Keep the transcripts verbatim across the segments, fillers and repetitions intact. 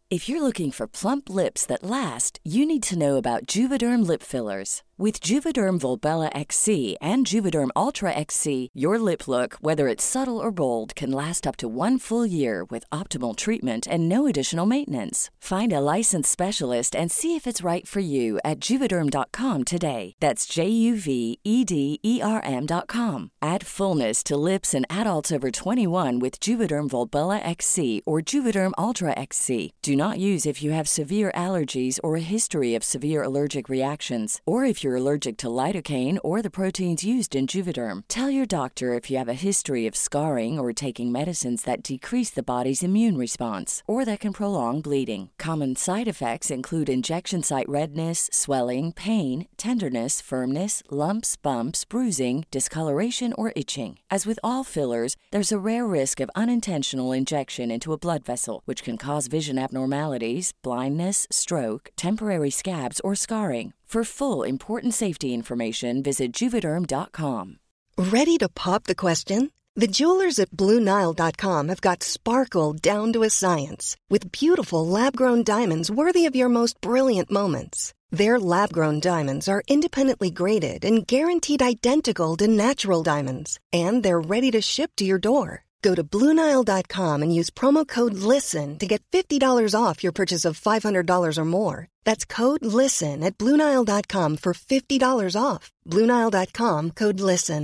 If you're looking for plump lips that last, you need to know about Juvederm lip fillers. With Juvederm Volbella X C and Juvederm Ultra X C, your lip look, whether it's subtle or bold, can last up to one full year with optimal treatment and no additional maintenance. Find a licensed specialist and see if it's right for you at Juvederm dot com today. That's J U V E D E R M dot com. Add fullness to lips in adults over twenty-one with Juvederm Volbella X C or Juvederm Ultra X C. Do not use if you have severe allergies or a history of severe allergic reactions, or if you're allergic to lidocaine or the proteins used in Juvederm. Tell your doctor if you have a history of scarring or taking medicines that decrease the body's immune response or that can prolong bleeding. Common side effects include injection site redness, swelling, pain, tenderness, firmness, lumps, bumps, bruising, discoloration, or itching. As with all fillers, there's a rare risk of unintentional injection into a blood vessel, which can cause vision abnormalities, blindness, stroke, temporary scabs, or scarring. For full, important safety information, visit Juvederm dot com. Ready to pop the question? The jewelers at Blue Nile dot com have got sparkle down to a science with beautiful lab-grown diamonds worthy of your most brilliant moments. Their lab-grown diamonds are independently graded and guaranteed identical to natural diamonds, and they're ready to ship to your door. Go to Blue Nile dot com and use promo code LISTEN to get fifty dollars off your purchase of five hundred dollars or more. That's code LISTEN at Blue Nile dot com for fifty dollars off. Blue Nile dot com, code LISTEN.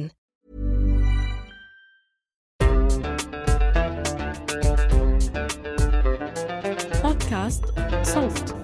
بودكاست صوت.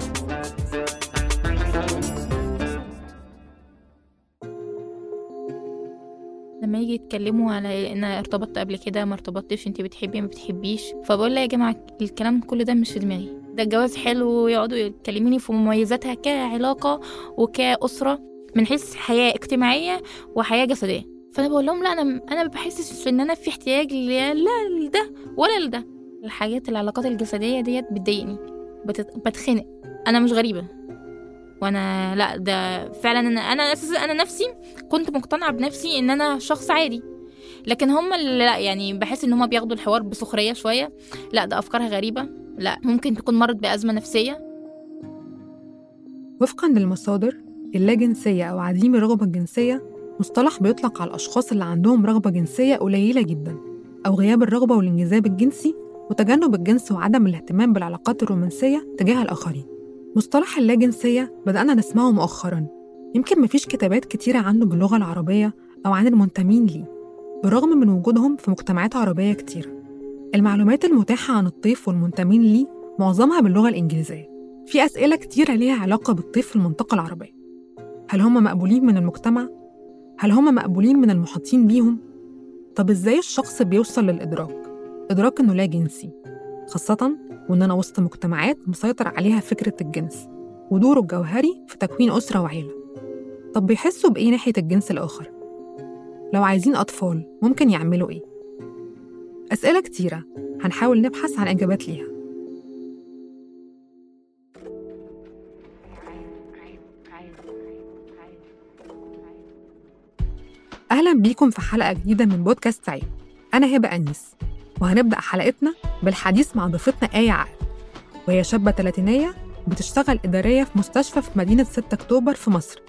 لما يجي يتكلموا على ان ارتبطت قبل كده ما ارتبطتش، انت بتحبي ما بتحبيش، فبقول لها يا جماعه الكلام كل ده مش في دماغي، ده الجواز حلو ويقعدوا يكلموني في مميزاتها كعلاقه وكأسره من حيث حياه اجتماعيه وحياه جسديه. فانا بقول لهم لا، انا انا ما بحسش ان انا في احتياج لا لده ولا لده. الحاجات العلاقات الجسديه ديت بتضايقني، بتخنق. انا مش غريبه، وانا لا ده فعلا انا انا اساسا انا نفسي كنت مقتنعه بنفسي ان انا شخص عادي، لكن هم اللي لا يعني بحس ان هم بياخدوا الحوار بسخريه شويه. لا ده افكارها غريبه، لا ممكن تكون مرت بازمه نفسيه. وفقا للمصادر، اللاجنسيه او عديم الرغبه الجنسيه مصطلح بيطلق على الاشخاص اللي عندهم رغبه جنسيه قليله جدا، او غياب الرغبه والانجذاب الجنسي وتجنب الجنس وعدم الاهتمام بالعلاقات الرومانسيه تجاه الاخرين. مصطلح اللاجنسية بدأنا نسمعه مؤخراً، يمكن مفيش كتابات كتيرة عنه باللغة العربية أو عن المنتمين ليه، بالرغم من وجودهم في مجتمعات عربية كتيرة. المعلومات المتاحة عن الطيف والمنتمين ليه معظمها باللغة الإنجليزية. في أسئلة كتيرة ليها علاقة بالطيف في المنطقة العربية. هل هم مقبولين من المجتمع؟ هل هم مقبولين من المحاطين بيهم؟ طب إزاي الشخص بيوصل للإدراك؟ إدراك إنه لا جنسي، خاصة وإننا وسط مجتمعات مسيطر عليها فكرة الجنس ودوره الجوهري في تكوين أسرة وعيلة. طب بيحسوا بإيه ناحية الجنس الآخر؟ لو عايزين أطفال ممكن يعملوا إيه؟ أسئلة كتيرة هنحاول نبحث عن إجابات ليها. أهلاً بيكم في حلقة جديدة من بودكاست عيب. أنا هبة أنيس، وهنبدأ حلقتنا بالحديث مع ضيفتنا آية عقل، وهي شابة تلاتينية بتشتغل إدارية في مستشفى في مدينة ستة أكتوبر في مصر.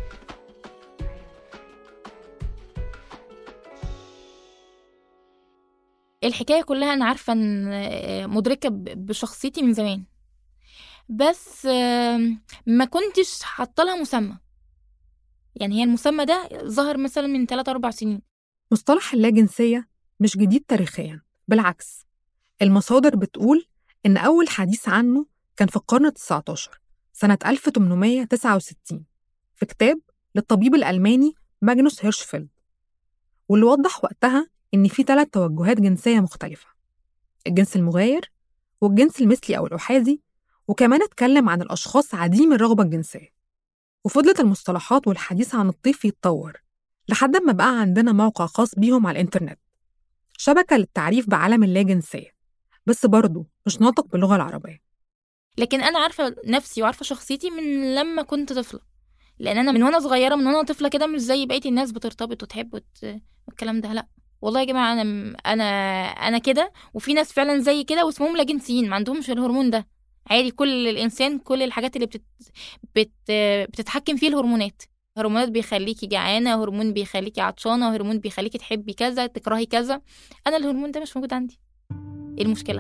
الحكاية كلها أنا عارفة أن مدركة بشخصيتي من زمان، بس ما كنتش حاطة لها مسمى. يعني هي المسمى ده ظهر مثلا من ثلاثة أربع سنين. مصطلح اللاجنسية مش جديد تاريخيا، بالعكس المصادر بتقول إن أول حديث عنه كان في القرن التاسع عشر سنة ألف وثمانمائة وتسعة وستين في كتاب للطبيب الألماني ماجنوس هيرشفيلد، واللي وضح وقتها إن في ثلاث توجهات جنسية مختلفة: الجنس المغاير والجنس المثلي أو الأحادي، وكمان اتكلم عن الأشخاص عديم الرغبة الجنسية. وفضلت المصطلحات والحديث عن الطيف يتطور لحد ما بقى عندنا موقع خاص بيهم على الإنترنت، شبكة للتعريف بعالم اللاجنسية، بس برضو مش ناطق باللغة العربية. لكن أنا عارفة نفسي وعارفة شخصيتي من لما كنت طفلة، لأن أنا من وأنا صغيرة من وأنا طفلة كده مش زي بقية الناس بترتبط وتحب وت... والكلام ده. لأ والله يا جماعة، أنا أنا أنا كده، وفي ناس فعلا زي كده واسمهم لاجنسيين ما عندهمش الهرمون ده. عادي. كل الإنسان كل الحاجات اللي بتت... بت... بتتحكم فيه الهرمونات. هرمونات بيخليكي جعانة، هرمون بيخليكي عطشانة، هرمون بيخليكي تحبي كذا تكرهي كذا. أنا الهرمون ده مش موجود عندي، إيه المشكلة؟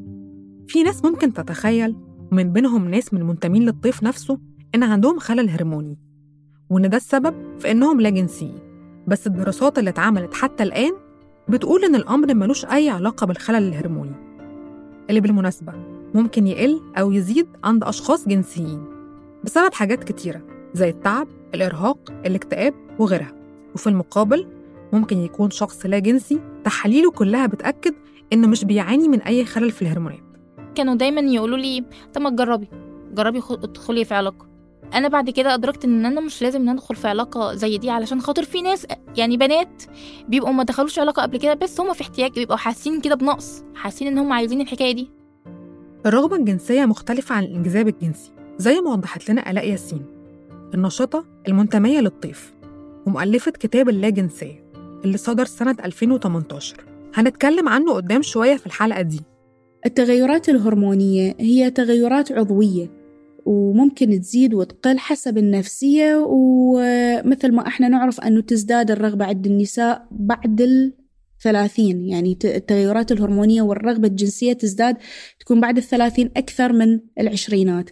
في ناس ممكن تتخيل، من بينهم ناس من المنتمين للطيف نفسه، إن عندهم خلل هرموني وإن ده السبب في إنهم لا جنسيين. بس الدراسات اللي اتعملت حتى الآن بتقول إن الأمر ملوش أي علاقة بالخلل الهرموني، اللي بالمناسبة ممكن يقل أو يزيد عند أشخاص جنسيين بسبب حاجات كتيرة زي التعب، الإرهاق، الاكتئاب وغيرها. وفي المقابل ممكن يكون شخص لا جنسي تحاليله كلها بتأكد إنه مش بيعاني من أي خلل في الهرمونات. كانوا دايما يقولوا لي طب ما تجربي جربي ادخلي في علاقة. أنا بعد كده أدركت إن أنا مش لازم ندخل في علاقة زي دي، علشان خاطر في ناس يعني بنات بيبقوا ما دخلوش علاقة قبل كده بس هم في احتياج، بيبقوا حاسين كده بنقص، حاسين إن هم عايزين الحكاية دي. الرغبة الجنسية مختلفة عن الانجذاب الجنسي زي ما وضحت لنا آلاء ياسين، الناشطة المنتمية للطيف ومؤلفة كتاب اللا جنسية اللي صدر سنة ألفين وثمانية عشر. هنتكلم عنه قدام شوية في الحلقة دي. التغيرات الهرمونية هي تغيرات عضوية وممكن تزيد وتقل حسب النفسية، ومثل ما احنا نعرف أنه تزداد الرغبة عند النساء بعد الثلاثين، يعني التغيرات الهرمونية والرغبة الجنسية تزداد تكون بعد الثلاثين أكثر من العشرينات.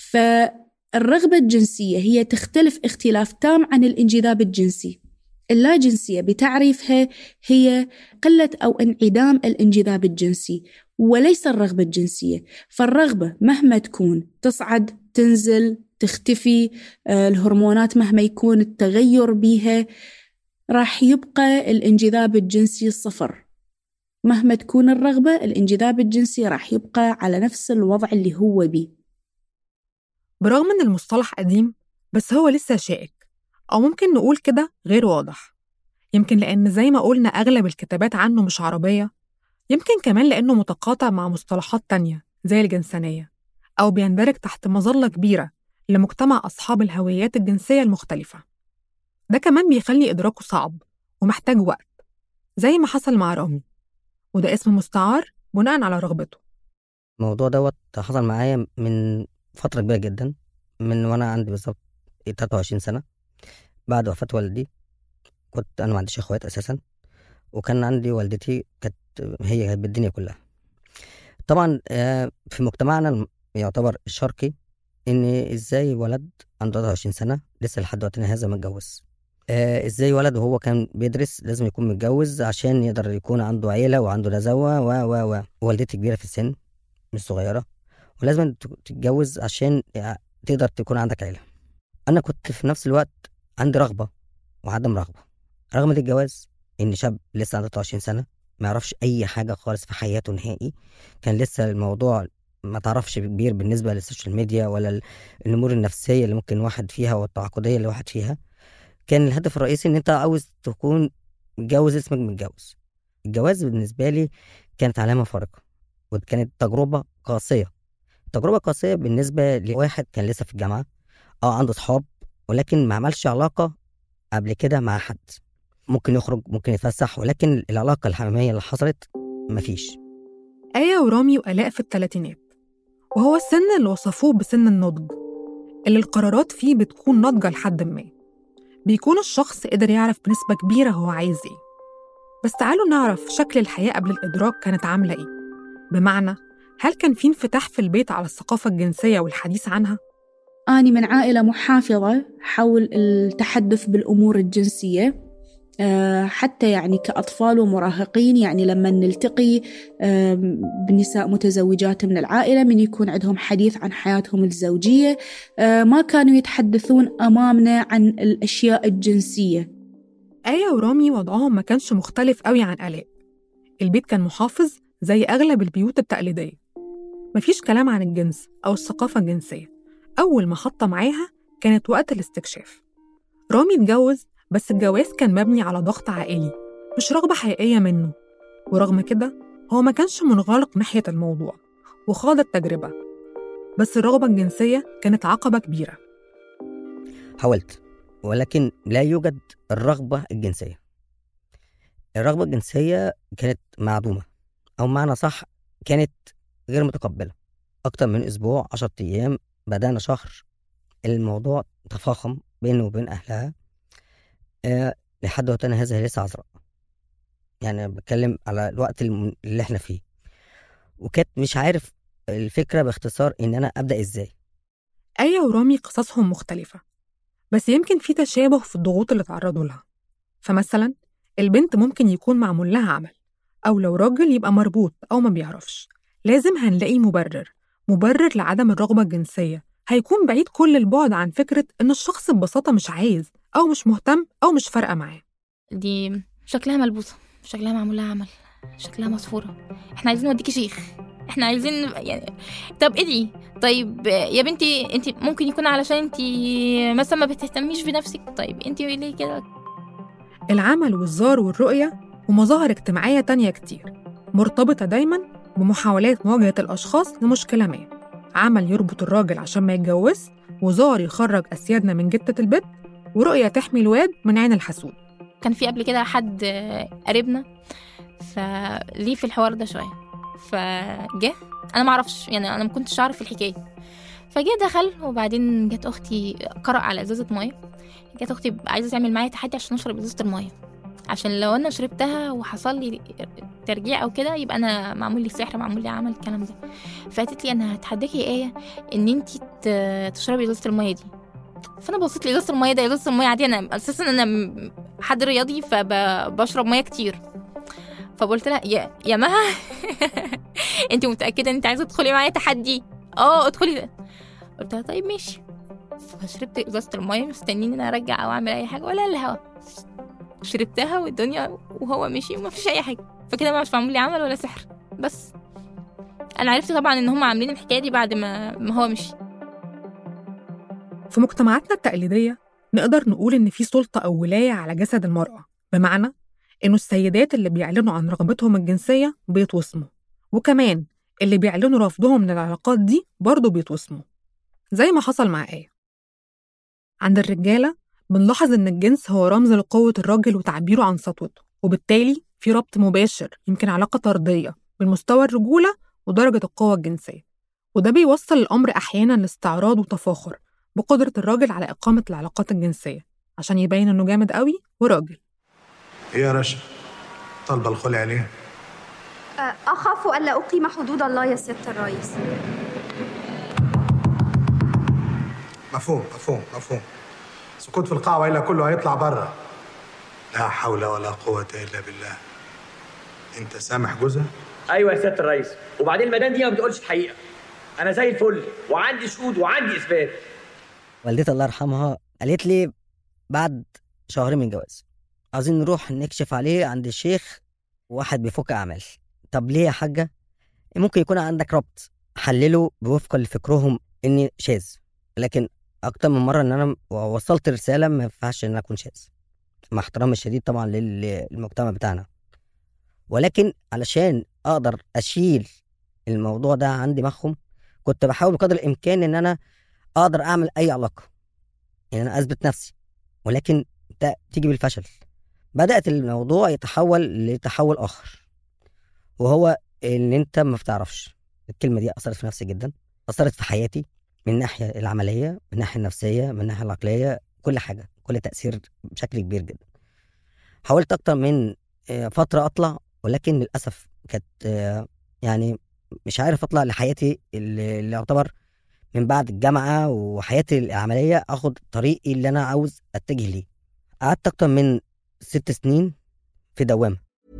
فالرغبة الجنسية هي تختلف اختلاف تام عن الانجذاب الجنسي. اللا جنسية بتعريفها هي قلة أو انعدام الانجذاب الجنسي وليس الرغبة الجنسية. فالرغبة مهما تكون تصعد تنزل تختفي، الهرمونات مهما يكون التغير بيها، راح يبقى الانجذاب الجنسي صفر. مهما تكون الرغبة الانجذاب الجنسي راح يبقى على نفس الوضع اللي هو بيه. برغم أن المصطلح قديم بس هو لسه شائك، أو ممكن نقول كده غير واضح. يمكن لأن زي ما قلنا أغلب الكتابات عنه مش عربية، يمكن كمان لأنه متقاطع مع مصطلحات تانية زي الجنسانية، أو بيندرج تحت مظلة كبيرة لمجتمع أصحاب الهويات الجنسية المختلفة. ده كمان بيخلي إدراكه صعب ومحتاج وقت، زي ما حصل مع رامي، وده اسم مستعار بناء على رغبته. الموضوع دوت حصل معايا من فترة كبيرة جدا، من وأنا عندي بالظبط ثلاثة وعشرين سنة بعد وفاة والدي. كنت أنا ما عنديش أخوات أساسا، وكان عندي والدتي كانت هي بالدنيا كلها. طبعا في مجتمعنا يعتبر الشرقي إن إزاي ولد عنده ثلاثة وعشرين سنة لسه لحد وقتنا هذا متجوز، إزاي ولد وهو كان بيدرس لازم يكون متجوز عشان يقدر يكون عنده عيلة وعنده نزوة و و و والدتي كبيرة في السن مش صغيرة، ولازم تتجوز عشان تقدر تكون عندك عيلة. أنا كنت في نفس الوقت عندي رغبة وعدم رغبة. رغبة الجواز إن شاب لسه عنده ثلاثة وعشرين سنة ما يعرفش أي حاجة خالص في حياته نهائي، كان لسه الموضوع ما تعرفش كبير بالنسبة للسوشيال ميديا ولا الأمور النفسية اللي ممكن واحد فيها والتعاقدية اللي واحد فيها. كان الهدف الرئيسي إن أنت عاوز تكون متجوز اسمك متجوز. الجواز بالنسبة لي كانت علامة فارقة وكانت تجربة قاسية. تجربة قاسية بالنسبة لواحد كان لسه في الجامعة، اه عنده صحاب ولكن ما عملش علاقة قبل كده مع حد. ممكن يخرج ممكن يتفسح، ولكن العلاقة الحميمية اللي حصلت مفيش. آية ورامي وآلاء في الثلاثينات، وهو السن اللي وصفوه بسن النضج، اللي القرارات فيه بتكون ناضجة لحد ما بيكون الشخص قدر يعرف بنسبة كبيرة هو عايز إيه. بس تعالوا نعرف شكل الحياة قبل الإدراك كانت عاملة إيه. بمعنى، هل كان في انفتاح في البيت على الثقافة الجنسية والحديث عنها؟ أنا من عائلة محافظة حول التحدث بالأمور الجنسية، حتى يعني كأطفال ومراهقين. يعني لما نلتقي بنساء متزوجات من العائلة من يكون عندهم حديث عن حياتهم الزوجية، ما كانوا يتحدثون أمامنا عن الأشياء الجنسية. آية ورامي وضعهم ما كانش مختلف قوي عن آلاء. البيت كان محافظ زي أغلب البيوت التقليدية، مفيش كلام عن الجنس أو الثقافة الجنسية. أول محطة معاها كانت وقت الاستكشاف. رامي اتجوز، بس الجواز كان مبني على ضغط عائلي مش رغبة حقيقية منه، ورغم كده هو ما كانش منغلق ناحية الموضوع وخاض التجربة. بس الرغبة الجنسية كانت عقبة كبيرة. حاولت ولكن لا يوجد الرغبة الجنسية. الرغبة الجنسية كانت معدومة، أو معنى صح كانت غير متقبلة. أكتر من أسبوع، عشرة أيام، بدأنا شهر. الموضوع تفاقم بينه وبين أهلها أه لحد وقتنا هذا هي لسه عذراء. يعني بتكلم على الوقت اللي احنا فيه، وكانت مش عارف الفكرة باختصار إن أنا أبدأ إزاي. آية ورامي قصصهم مختلفة، بس يمكن في تشابه في الضغوط اللي تعرضوا لها. فمثلا البنت ممكن يكون معمول لها عمل، أو لو راجل يبقى مربوط أو ما بيعرفش، لازم هنلاقي مبرر مبرر لعدم الرغبة الجنسية، هيكون بعيد كل البعد عن فكرة إن الشخص ببساطة مش عايز أو مش مهتم أو مش فارقة معاه. دي شكلها ملبوسة، شكلها معمول لها عمل، شكلها مصفورة. احنا عايزين نوديكي شيخ، احنا عايزين يعني طب ادعي. طيب يا بنتي انت ممكن يكون علشان انت مثلا ما بتهتميش بنفسك. طيب انت ليه كده؟ العمل والزار والرؤية ومظاهر اجتماعية تانية كتير مرتبطة دايماً بمحاولات مواجهة الأشخاص لمشكلة ما. عمل يربط الراجل عشان ما يتجوز، وزار يخرج أسيادنا من جتة البيت، ورؤية تحمي الواد من عين الحسود. كان في قبل كده حد قريبنا فليه في الحوار ده شوية، فجه أنا معرفش، يعني أنا مكنتش أعرف الحكاية. فجه دخل، وبعدين جت أختي قرأ على إزازة مية. جت أختي عايزة تعمل معايا تحدي عشان أشرب إزازة المية، عشان لو أنا شربتها وحصل لي ترجيع أو كده يبقى أنا معمول لي سحر، معمول لي عمل الكلام ده. فقالت لي أنا هتحداكي يا آية إن أنتي تشربي إزازة المية دي. فأنا بصيت لي إزازة المية ده إزازة المية عادية، أنا أساسا أنا حد رياضي فبشرب مية كتير. فقلت لها يا يا مها أنتي متأكدة أن أنت عايزة تدخلي معايا تحدي؟ اه ادخلي ده. قلت لها طيب ماشي. فشربت إزازة المية مستنين إن أنا أرجع أو أعمل أي حاجة ولا الهوا، شربتها والدنيا وهو مشي وما فيش أي حاجة. فكده ما مش معمول لي عمل ولا سحر. بس أنا عرفت طبعا إن هم عاملين الحكاية دي بعد ما ما هو مشي. في مجتمعاتنا التقليدية نقدر نقول إن في سلطة أو ولاية على جسد المرأة، بمعنى إنه السيدات اللي بيعلنوا عن رغبتهم الجنسية بيتوصموا، وكمان اللي بيعلنوا رفضهم من العلاقات دي برضو بيتوصموا، زي ما حصل مع آية. عند الرجالة بنلاحظ إن الجنس هو رمز لقوة الراجل وتعبيره عن سطوته، وبالتالي في ربط مباشر، يمكن علاقة طردية، بين مستوى الرجولة ودرجة القوة الجنسية. وده بيوصل الأمر أحياناً لاستعراض وتفاخر بقدرة الراجل على إقامة العلاقات الجنسية عشان يبين إنه جامد قوي وراجل. إيه يا رشا؟ طالبة الخلع عليه؟ أخاف ألا أقيم حدود الله يا سيادة الرئيس. مفهوم مفهوم مفهوم. سكوت في القاعة وإلا كله هيطلع برا. لا حول ولا قوة إلا بالله. أنت سامح جوزها؟ أيوة يا سيادة الرئيس. وبعدين المدام دي ما بتقولش الحقيقة. أنا زي الفل وعندي شهود وعندي إثبات. والدتي الله يرحمها قالت لي بعد شهرين من الجواز عايزين نروح نكشف عليه عند الشيخ واحد بيفك أعمال. طب ليه يا حاجة؟ ممكن يكون عندك ربط، حلله بوفق لفكرهم إني شاذ، لكن أكتر من مرة إن أنا وصلت رسالة ما ينفعش إن أنا أكون شاذ، مع احترامي الشديد طبعا للمجتمع بتاعنا. ولكن علشان أقدر أشيل الموضوع ده عن دماغهم كنت بحاول بقدر الإمكان إن أنا أقدر أعمل أي علاقة، إن أنا أثبت نفسي، ولكن ده تيجي بالفشل. بدأت الموضوع يتحول لتحول آخر، وهو إن أنت ما بتعرفش. الكلمة دي أثرت في نفسي جدا، أثرت في حياتي من الناحية العملية، من الناحية النفسية، من الناحية العقلية، كل حاجة، كل تأثير بشكل كبير جدا. حاولت أكتر من فترة أطلع، ولكن للأسف كانت يعني مش عارف أطلع لحياتي اللي يعتبر من بعد الجامعة وحياتي العملية أخد طريقي اللي أنا عاوز أتجه ليه. قعدت أكتر من ست سنين في دوامة.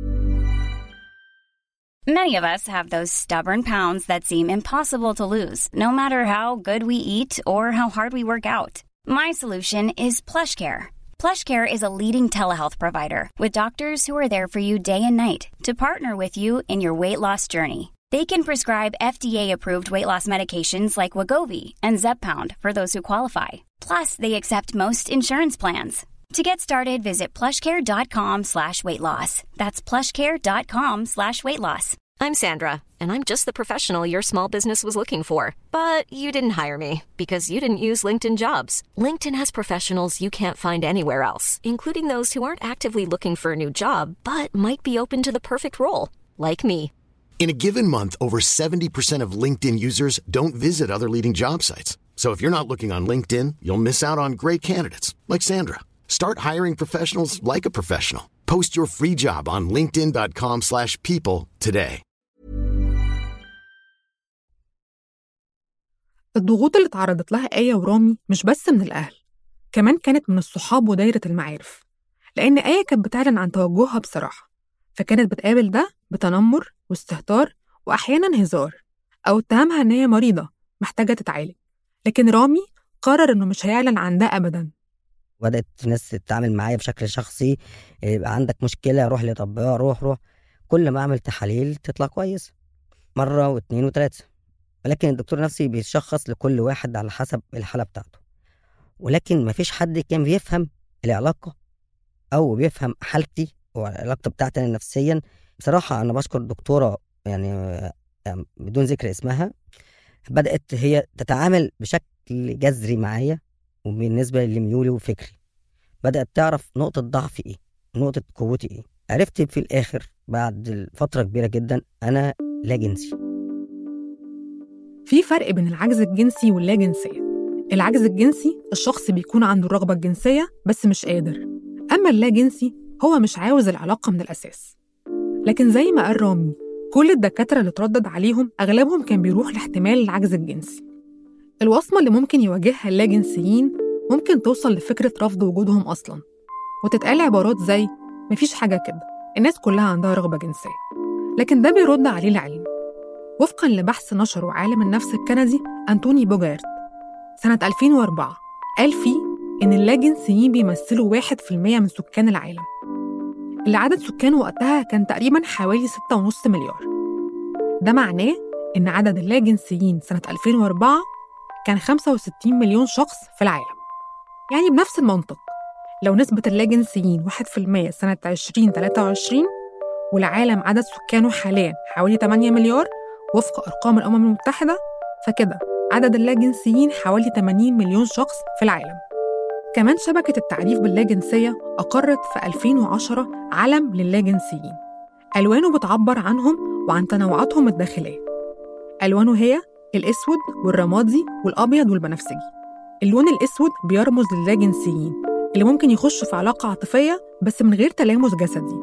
Many of us have those stubborn pounds that seem impossible to lose, no matter how good we eat or how hard we work out. My solution is PlushCare. PlushCare is a leading telehealth provider with doctors who are there for you day and night to partner with you in your weight loss journey. They can prescribe F D A-approved weight loss medications like Wegovy and Zepbound for those who qualify. Plus, they accept most insurance plans. To get started, visit plushcare.com slash weight loss. That's plushcare.com slash weight loss. I'm Sandra, and I'm just the professional your small business was looking for. But you didn't hire me because you didn't use LinkedIn Jobs. LinkedIn has professionals you can't find anywhere else, including those who aren't actively looking for a new job, but might be open to the perfect role, like me. In a given month, over seventy percent of LinkedIn users don't visit other leading job sites. So if you're not looking on LinkedIn, you'll miss out on great candidates like Sandra. Start hiring professionals like a professional. Post your free job on linkedin dot com slash people today. الضغوط اللي تعرضت لها آية ورامي مش بس من الأهل، كمان كانت من الصحاب ودايرة المعارف، لأن آية كانت بتعلن عن توجهها بصراحة، فكانت بتقابل ده بتنمر واستهتار وأحياناً هزار أو اتهامها إن هي مريضة محتاجة تتعالج. لكن رامي قرر إنه مش هيعلن عن ده أبداً. بدأت الناس تتعامل معايا بشكل شخصي، يبقى عندك مشكلة روح لطبيب، روح روح كل ما أعمل تحاليل تطلع كويس مرة واثنين وثلاثة، ولكن الدكتور نفسي بيشخص لكل واحد على حسب الحالة بتاعته، ولكن مفيش حد كان بيفهم العلاقة أو بيفهم حالتي والعلاقة بتاعتي أنا نفسيا. بصراحة أنا بشكر الدكتورة يعني, يعني بدون ذكر اسمها، بدأت هي تتعامل بشكل جذري معايا، وبالنسبة لميولي وفكري بدأت تعرف نقطة ضعفي إيه ونقطة قوتي إيه. عرفت في الآخر بعد فترة كبيرة جدا أنا لا جنسي. في فرق بين العجز الجنسي واللا جنسية. العجز الجنسي الشخص بيكون عنده الرغبة الجنسية بس مش قادر، أما اللا جنسي هو مش عاوز العلاقة من الأساس. لكن زي ما قال رامي، كل الدكاترة اللي تردد عليهم أغلبهم كان بيروح لاحتمال العجز الجنسي. الوصمة اللي ممكن يواجهها اللا جنسيين ممكن توصل لفكرة رفض وجودهم أصلاً، وتتقال عبارات زي مفيش حاجة كده، الناس كلها عندها رغبة جنسية. لكن ده بيرد عليه العلم. وفقاً لبحث نشره عالم النفس الكندي أنتوني بوجارت سنة ألفين وأربعة، قال فيه إن اللاجنسيين بيمثلوا واحد في المية من سكان العالم، اللي عدد سكانه وقتها كان تقريباً حوالي ستة ونص مليار. ده معناه إن عدد اللاجنسيين سنة ألفين وأربعة كان خمسة وستين مليون شخص في العالم. يعني بنفس المنطق، لو نسبة اللاجنسيين واحد في المية سنة عشرين ثلاثة وعشرين والعالم عدد سكانه حالياً حوالي ثمانية مليار وفق أرقام الأمم المتحدة، فكده عدد اللاجنسيين حوالي ثمانين مليون شخص في العالم. كمان شبكة التعريف باللاجنسية أقرت في ألفين وعشرة علم للاجنسيين، ألوانه بتعبر عنهم وعن تنوعاتهم الداخلية. ألوانه هي الأسود والرمادي والأبيض والبنفسجي. اللون الأسود بيرمز للاجنسيين اللي ممكن يخشوا في علاقة عاطفية بس من غير تلامس جسدي.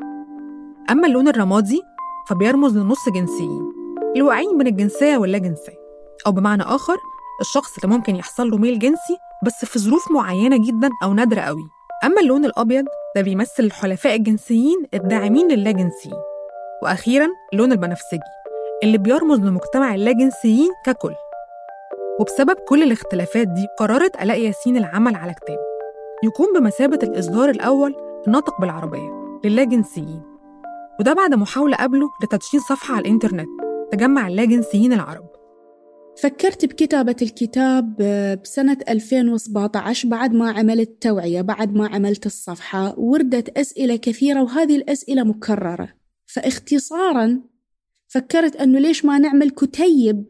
أما اللون الرمادي فبيرمز للنص جنسيين اللي واقعين بين الجنسية واللاجنسية، أو بمعنى آخر الشخص اللي ممكن يحصل له ميل جنسي بس في ظروف معينة جدا أو نادرة قوي. أما اللون الأبيض ده بيمثل الحلفاء الجنسيين الداعمين للاجنسيين. وأخيراً اللون البنفسجي اللي بيرمز لمجتمع اللاجنسيين ككل. وبسبب كل الاختلافات دي قررت آلاء ياسين العمل على كتاب يكون بمثابة الإصدار الأول الناطق بالعربية للاجنسيين، وده بعد محاولة قبله لتدشين صفحة على الإنترنت تجمع اللاجنسيين العرب. فكرت بكتابة الكتاب بسنة ألفين وسبعة عشر بعد ما عملت توعية، بعد ما عملت الصفحة وردت أسئلة كثيرة وهذه الأسئلة مكررة، فاختصاراً فكرت أنه ليش ما نعمل كتيب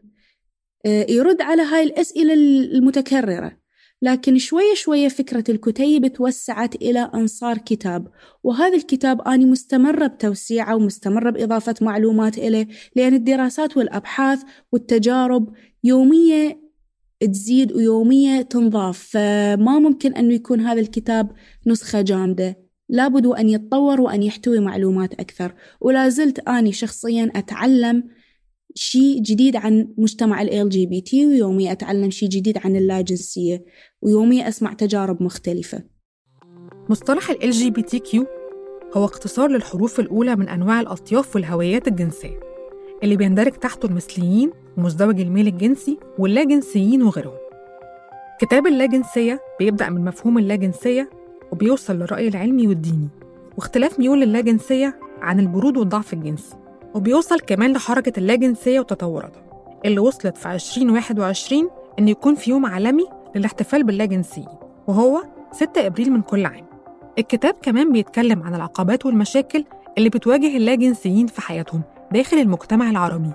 يرد على هاي الأسئلة المتكررة. لكن شوية شوية فكرة الكتيب توسعت إلى أن صار كتاب، وهذا الكتاب أنا مستمرة بتوسيعه ومستمرة بإضافة معلومات إليه، لأن الدراسات والأبحاث والتجارب يومية تزيد ويومية تنضاف، فما ممكن أنه يكون هذا الكتاب نسخة جامدة، لابد أن يتطور وأن يحتوي معلومات أكثر. ولا زلت أنا شخصياً أتعلم شيء جديد عن مجتمع ال إل جي بي تي، ويوميا أتعلم شيء جديد عن اللاجنسية، ويوميا أسمع تجارب مختلفة. مصطلح ال إل جي بي تي كيو هو اختصار للحروف الأولى من أنواع الأطياف والهويات الجنسية اللي بيندرج تحته المثليين ومزدوج الميل الجنسي واللاجنسيين وغيرهم. كتاب اللاجنسية بيبدأ من مفهوم اللاجنسية وبيوصل للرأي العلمي والديني واختلاف ميول اللاجنسية عن البرود والضعف الجنسي، وبيوصل كمان لحركة اللاجنسية وتطوراتها اللي وصلت في عشرين واحد وعشرين إن يكون في يوم عالمي للاحتفال باللاجنسيين، وهو ستة أبريل من كل عام. الكتاب كمان بيتكلم عن العقبات والمشاكل اللي بتواجه اللاجنسيين في حياتهم داخل المجتمع العربي.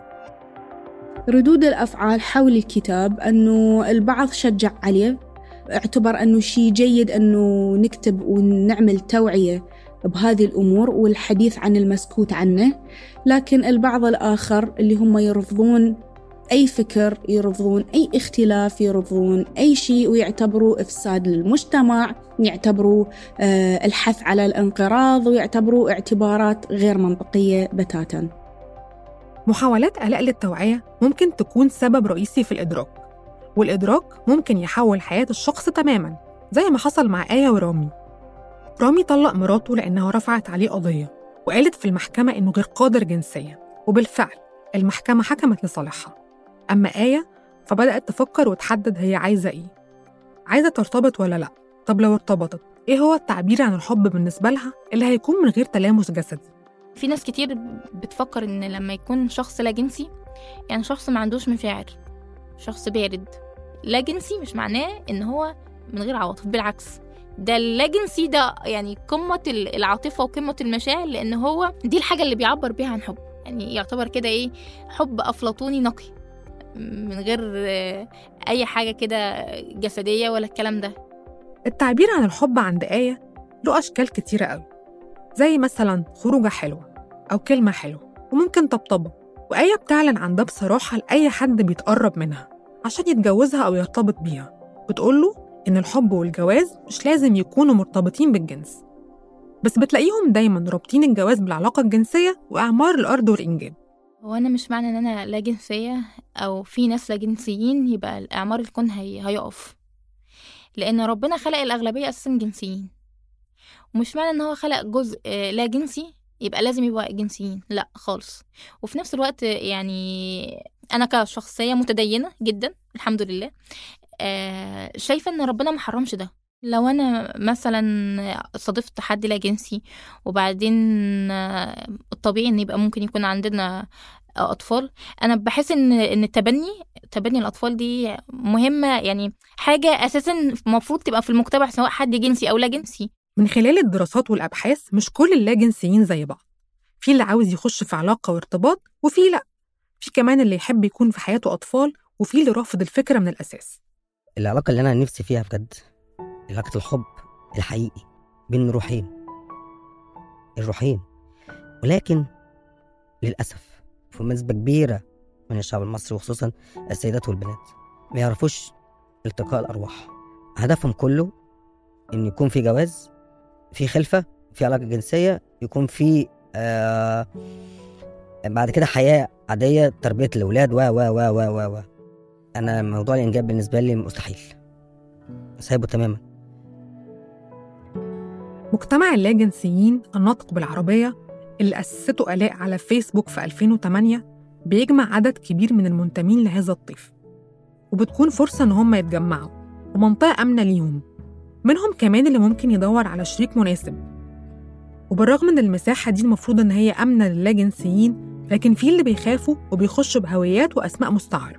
ردود الأفعال حول الكتاب أنه البعض شجع عليه، اعتبر أنه شيء جيد أنه نكتب ونعمل توعية بهذه الأمور والحديث عن المسكوت عنه، لكن البعض الآخر اللي هم يرفضون أي فكر، يرفضون أي اختلاف، يرفضون أي شيء ويعتبروا إفساد للمجتمع، يعتبروا آه الحث على الانقراض، ويعتبروا اعتبارات غير منطقية بتاتا. محاولات آلاء للتوعية ممكن تكون سبب رئيسي في الإدراك، والإدراك ممكن يحول حياة الشخص تماماً زي ما حصل مع آية ورامي. رامي طلق مراته لأنها رفعت عليه قضية وقالت في المحكمة إنه غير قادر جنسيا، وبالفعل المحكمة حكمت لصالحها. أما آية فبدأت تفكر وتحدد هي عايزة إيه، عايزة ترتبط ولا لأ؟ طب لو ارتبطت إيه هو التعبير عن الحب بالنسبة لها اللي هيكون من غير تلامس جسدي؟ في ناس كتير بتفكر إن لما يكون شخص لا جنسي يعني شخص ما عندوش مشاعر، شخص بارد. لا جنسي مش معناه إن هو من غير عواطف، بالعكس ده اللا جنسي ده يعني قمة العاطفة وقمة المشاعر، لأن هو دي الحاجة اللي بيعبر بيها عن حب. يعني يعتبر كده إيه، حب أفلاطوني نقي من غير أي حاجة كده جسدية ولا الكلام ده. التعبير عن الحب عند آية له أشكال كتيرة قوي، زي مثلا خروجة حلوة أو كلمة حلوة، وممكن طبطبة. وآية بتعلن عن ده بصراحة لأي حد بيتقرب منها عشان يتجوزها أو يرتبط بيها، بتقوله إن الحب والجواز مش لازم يكونوا مرتبطين بالجنس، بس بتلاقيهم دايماً رابطين الجواز بالعلاقة الجنسية وإعمار الأرض والإنجاب. هو أنا مش معنى إن أنا لا جنسية أو في ناس لا جنسيين يبقى الإعمار الكون هي هيقف، لأن ربنا خلق الأغلبية أساساً جنسيين. ومش معنى إن هو خلق جزء لا جنسي يبقى لازم يبقى جنسيين، لا خالص. وفي نفس الوقت يعني أنا كشخصية متدينة جداً الحمد لله، آه شايفة إن ربنا محرمش ده. لو أنا مثلا صادفت حد لا جنسي وبعدين آه الطبيعي إن يبقى ممكن يكون عندنا أطفال، أنا بحس إن إن التبني تبني الأطفال دي مهمة، يعني حاجة أساسا مفروض تبقى في المجتمع سواء حد جنسي أو لا جنسي. من خلال الدراسات والأبحاث مش كل اللاجنسيين زي بعض، في اللي عاوز يخش في علاقة وارتباط وفي لأ، في كمان اللي يحب يكون في حياته أطفال، وفي اللي رافض الفكرة من الأساس. العلاقة اللي أنا نفسي فيها بجد علاقة الحب الحقيقي بين روحين الروحين ولكن للأسف في نسبة كبيرة من الشعب المصري وخصوصا السيدات والبنات ما يعرفوش التقاء الأرواح. هدفهم كله إن يكون في جواز، في خلفة، في علاقة جنسية، يكون في آه بعد كده حياة عادية، تربية الأولاد و و و و و أنا موضوع الإنجاب بالنسبة لي مستحيل، سايبه تماما. مجتمع اللاجنسيين الناطق بالعربية اللي أسسته آلاء على فيسبوك في ألفين وثمانية بيجمع عدد كبير من المنتمين لهذا الطيف، وبتكون فرصة إن هم يتجمعوا ومنطقة آمنة ليهم، منهم كمان اللي ممكن يدور على شريك مناسب. وبالرغم من المساحة دي المفروض إن هي آمنة للاجنسيين، لكن في اللي بيخافوا وبيخشوا بهويات وأسماء مستعارة.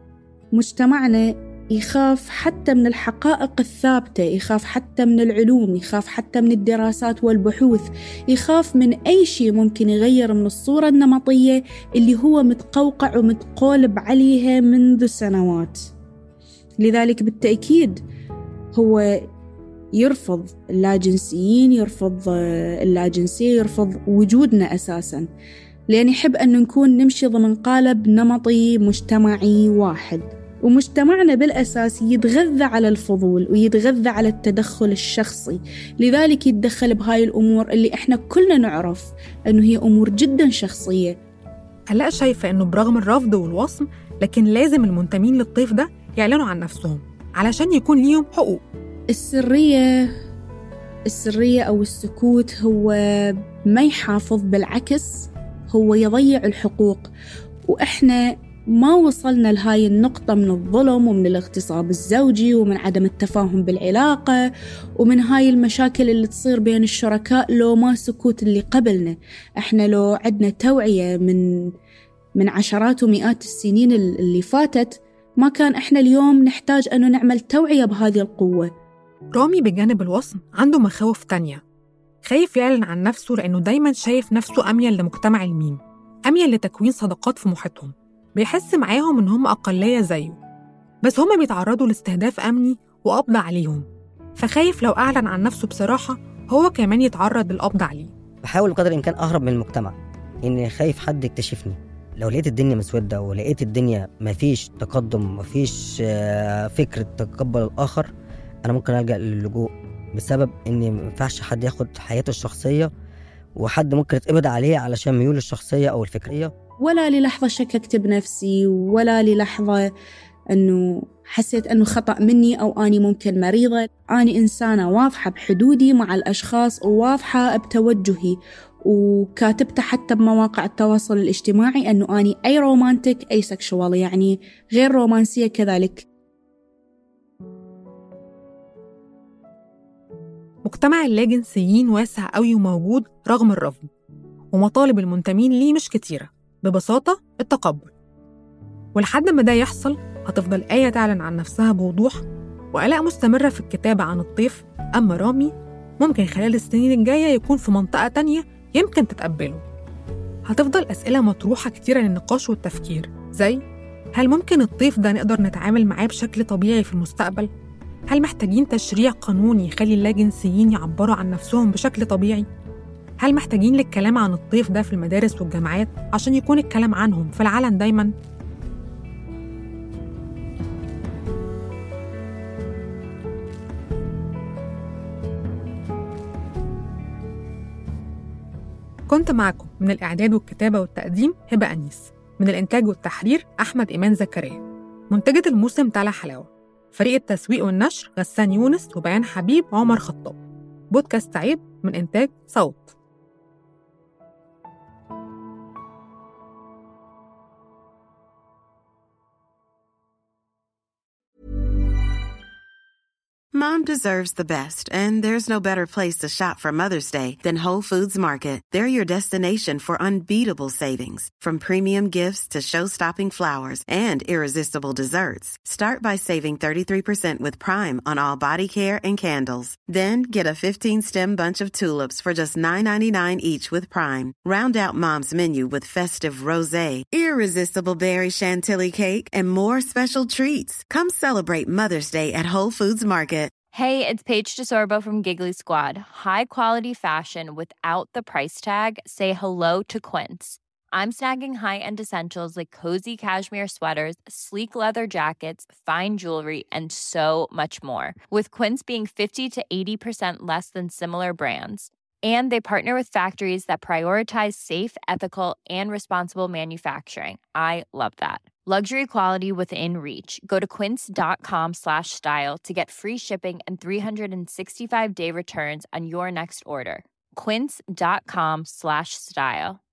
مجتمعنا يخاف حتى من الحقائق الثابتة، يخاف حتى من العلوم، يخاف حتى من الدراسات والبحوث، يخاف من أي شيء ممكن يغير من الصورة النمطية اللي هو متقوقع ومتقولب عليها منذ سنوات. لذلك بالتأكيد هو يرفض اللاجنسيين، يرفض اللاجنسية، يرفض وجودنا أساساً، لأن يحب أن نكون نمشي ضمن قالب نمطي مجتمعي واحد. ومجتمعنا بالأساس يتغذى على الفضول ويتغذى على التدخل الشخصي، لذلك يتدخل بهاي الأمور اللي إحنا كلنا نعرف أنه هي أمور جدا شخصية. هلأ شايفة أنه برغم الرفض والوصم لكن لازم المنتمين للطيف ده يعلنوا عن نفسهم علشان يكون ليهم حقوق. السرية السرية أو السكوت هو ما يحافظ، بالعكس هو يضيع الحقوق. وإحنا ما وصلنا لهاي النقطة من الظلم ومن الاغتصاب الزوجي ومن عدم التفاهم بالعلاقة ومن هاي المشاكل اللي تصير بين الشركاء لو ما سكوت اللي قبلنا. احنا لو عدنا توعية من من عشرات ومئات السنين اللي فاتت ما كان احنا اليوم نحتاج أنه نعمل توعية بهذه القوة. رامي بجانب الوصم عنده مخاوف تانية، خايف يعلن عن نفسه لأنه دايماً شايف نفسه أميل لمجتمع الميم، أميل لتكوين صداقات في محيطهم، بيحس معاهم إن هم أقلية زيه، بس هم بيتعرضوا لاستهداف أمني وقبض عليهم، فخايف لو أعلن عن نفسه بصراحة هو كمان يتعرض للقبض عليه. بحاول بقدر الإمكان أهرب من المجتمع، إني خايف حد يكتشفني. لو لقيت الدنيا مسودة ولقيت الدنيا مفيش تقدم، مفيش فكرة تقبل الآخر، أنا ممكن ألجأ للجوء، بسبب إني مينفعش حد ياخد حياته الشخصية، وحد ممكن يتقبض عليه علشان ميوله الشخصية أو الفكرية. ولا للحظة شككت بنفسي، ولا للحظة أنه حسيت أنه خطأ مني أو أني ممكن مريضة. أني إنسانة واضحة بحدودي مع الأشخاص وواضحة بتوجهي، وكاتبت حتى بمواقع التواصل الاجتماعي أنه أني أي رومانتك أي سكشوال، يعني غير رومانسية كذلك. مجتمع اللاجنسيين واسع قوي وموجود رغم الرفض، ومطالب المنتمين ليه مش كتيرة، ببساطة التقبل. ولحد ما ده يحصل هتفضل آية تعلن عن نفسها بوضوح، وآلاء مستمرة في الكتابة عن الطيف. أما رامي ممكن خلال السنين الجاية يكون في منطقة تانية يمكن تتقبله. هتفضل أسئلة مطروحة كتيرة للنقاش والتفكير، زي هل ممكن الطيف ده نقدر نتعامل معاه بشكل طبيعي في المستقبل؟ هل محتاجين تشريع قانوني يخلي اللاجنسيين يعبروا عن نفسهم بشكل طبيعي؟ هل محتاجين للكلام عن الطيف ده في المدارس والجامعات عشان يكون الكلام عنهم في العلن دايماً؟ كنت معكم من الإعداد والكتابة والتقديم هبة أنيس، من الإنتاج والتحرير أحمد إيمان زكريا، منتجة الموسم تالا حلاوة، فريق التسويق والنشر غسان يونس وبيان حبيب وعمر خطاب. بودكاست عيب من إنتاج صوت. Mom deserves the best, and there's no better place to shop for Mother's Day than Whole Foods Market. They're your destination for unbeatable savings, from premium gifts to show-stopping flowers and irresistible desserts. Start by saving thirty-three percent with Prime on all body care and candles. Then get a fifteen-stem bunch of tulips for just nine ninety-nine each with Prime. Round out Mom's menu with festive rosé, irresistible berry chantilly cake, and more special treats. Come celebrate Mother's Day at Whole Foods Market. Hey, it's Paige DeSorbo from Giggly Squad. High quality fashion without the price tag. Say hello to Quince. I'm snagging high-end essentials like cozy cashmere sweaters, sleek leather jackets, fine jewelry, and so much more. With Quince being fifty to eighty percent less than similar brands. And they partner with factories that prioritize safe, ethical, and responsible manufacturing. I love that. Luxury quality within reach. Go to quince.com slash style to get free shipping and three sixty-five day returns on your next order. Quince.com slash style.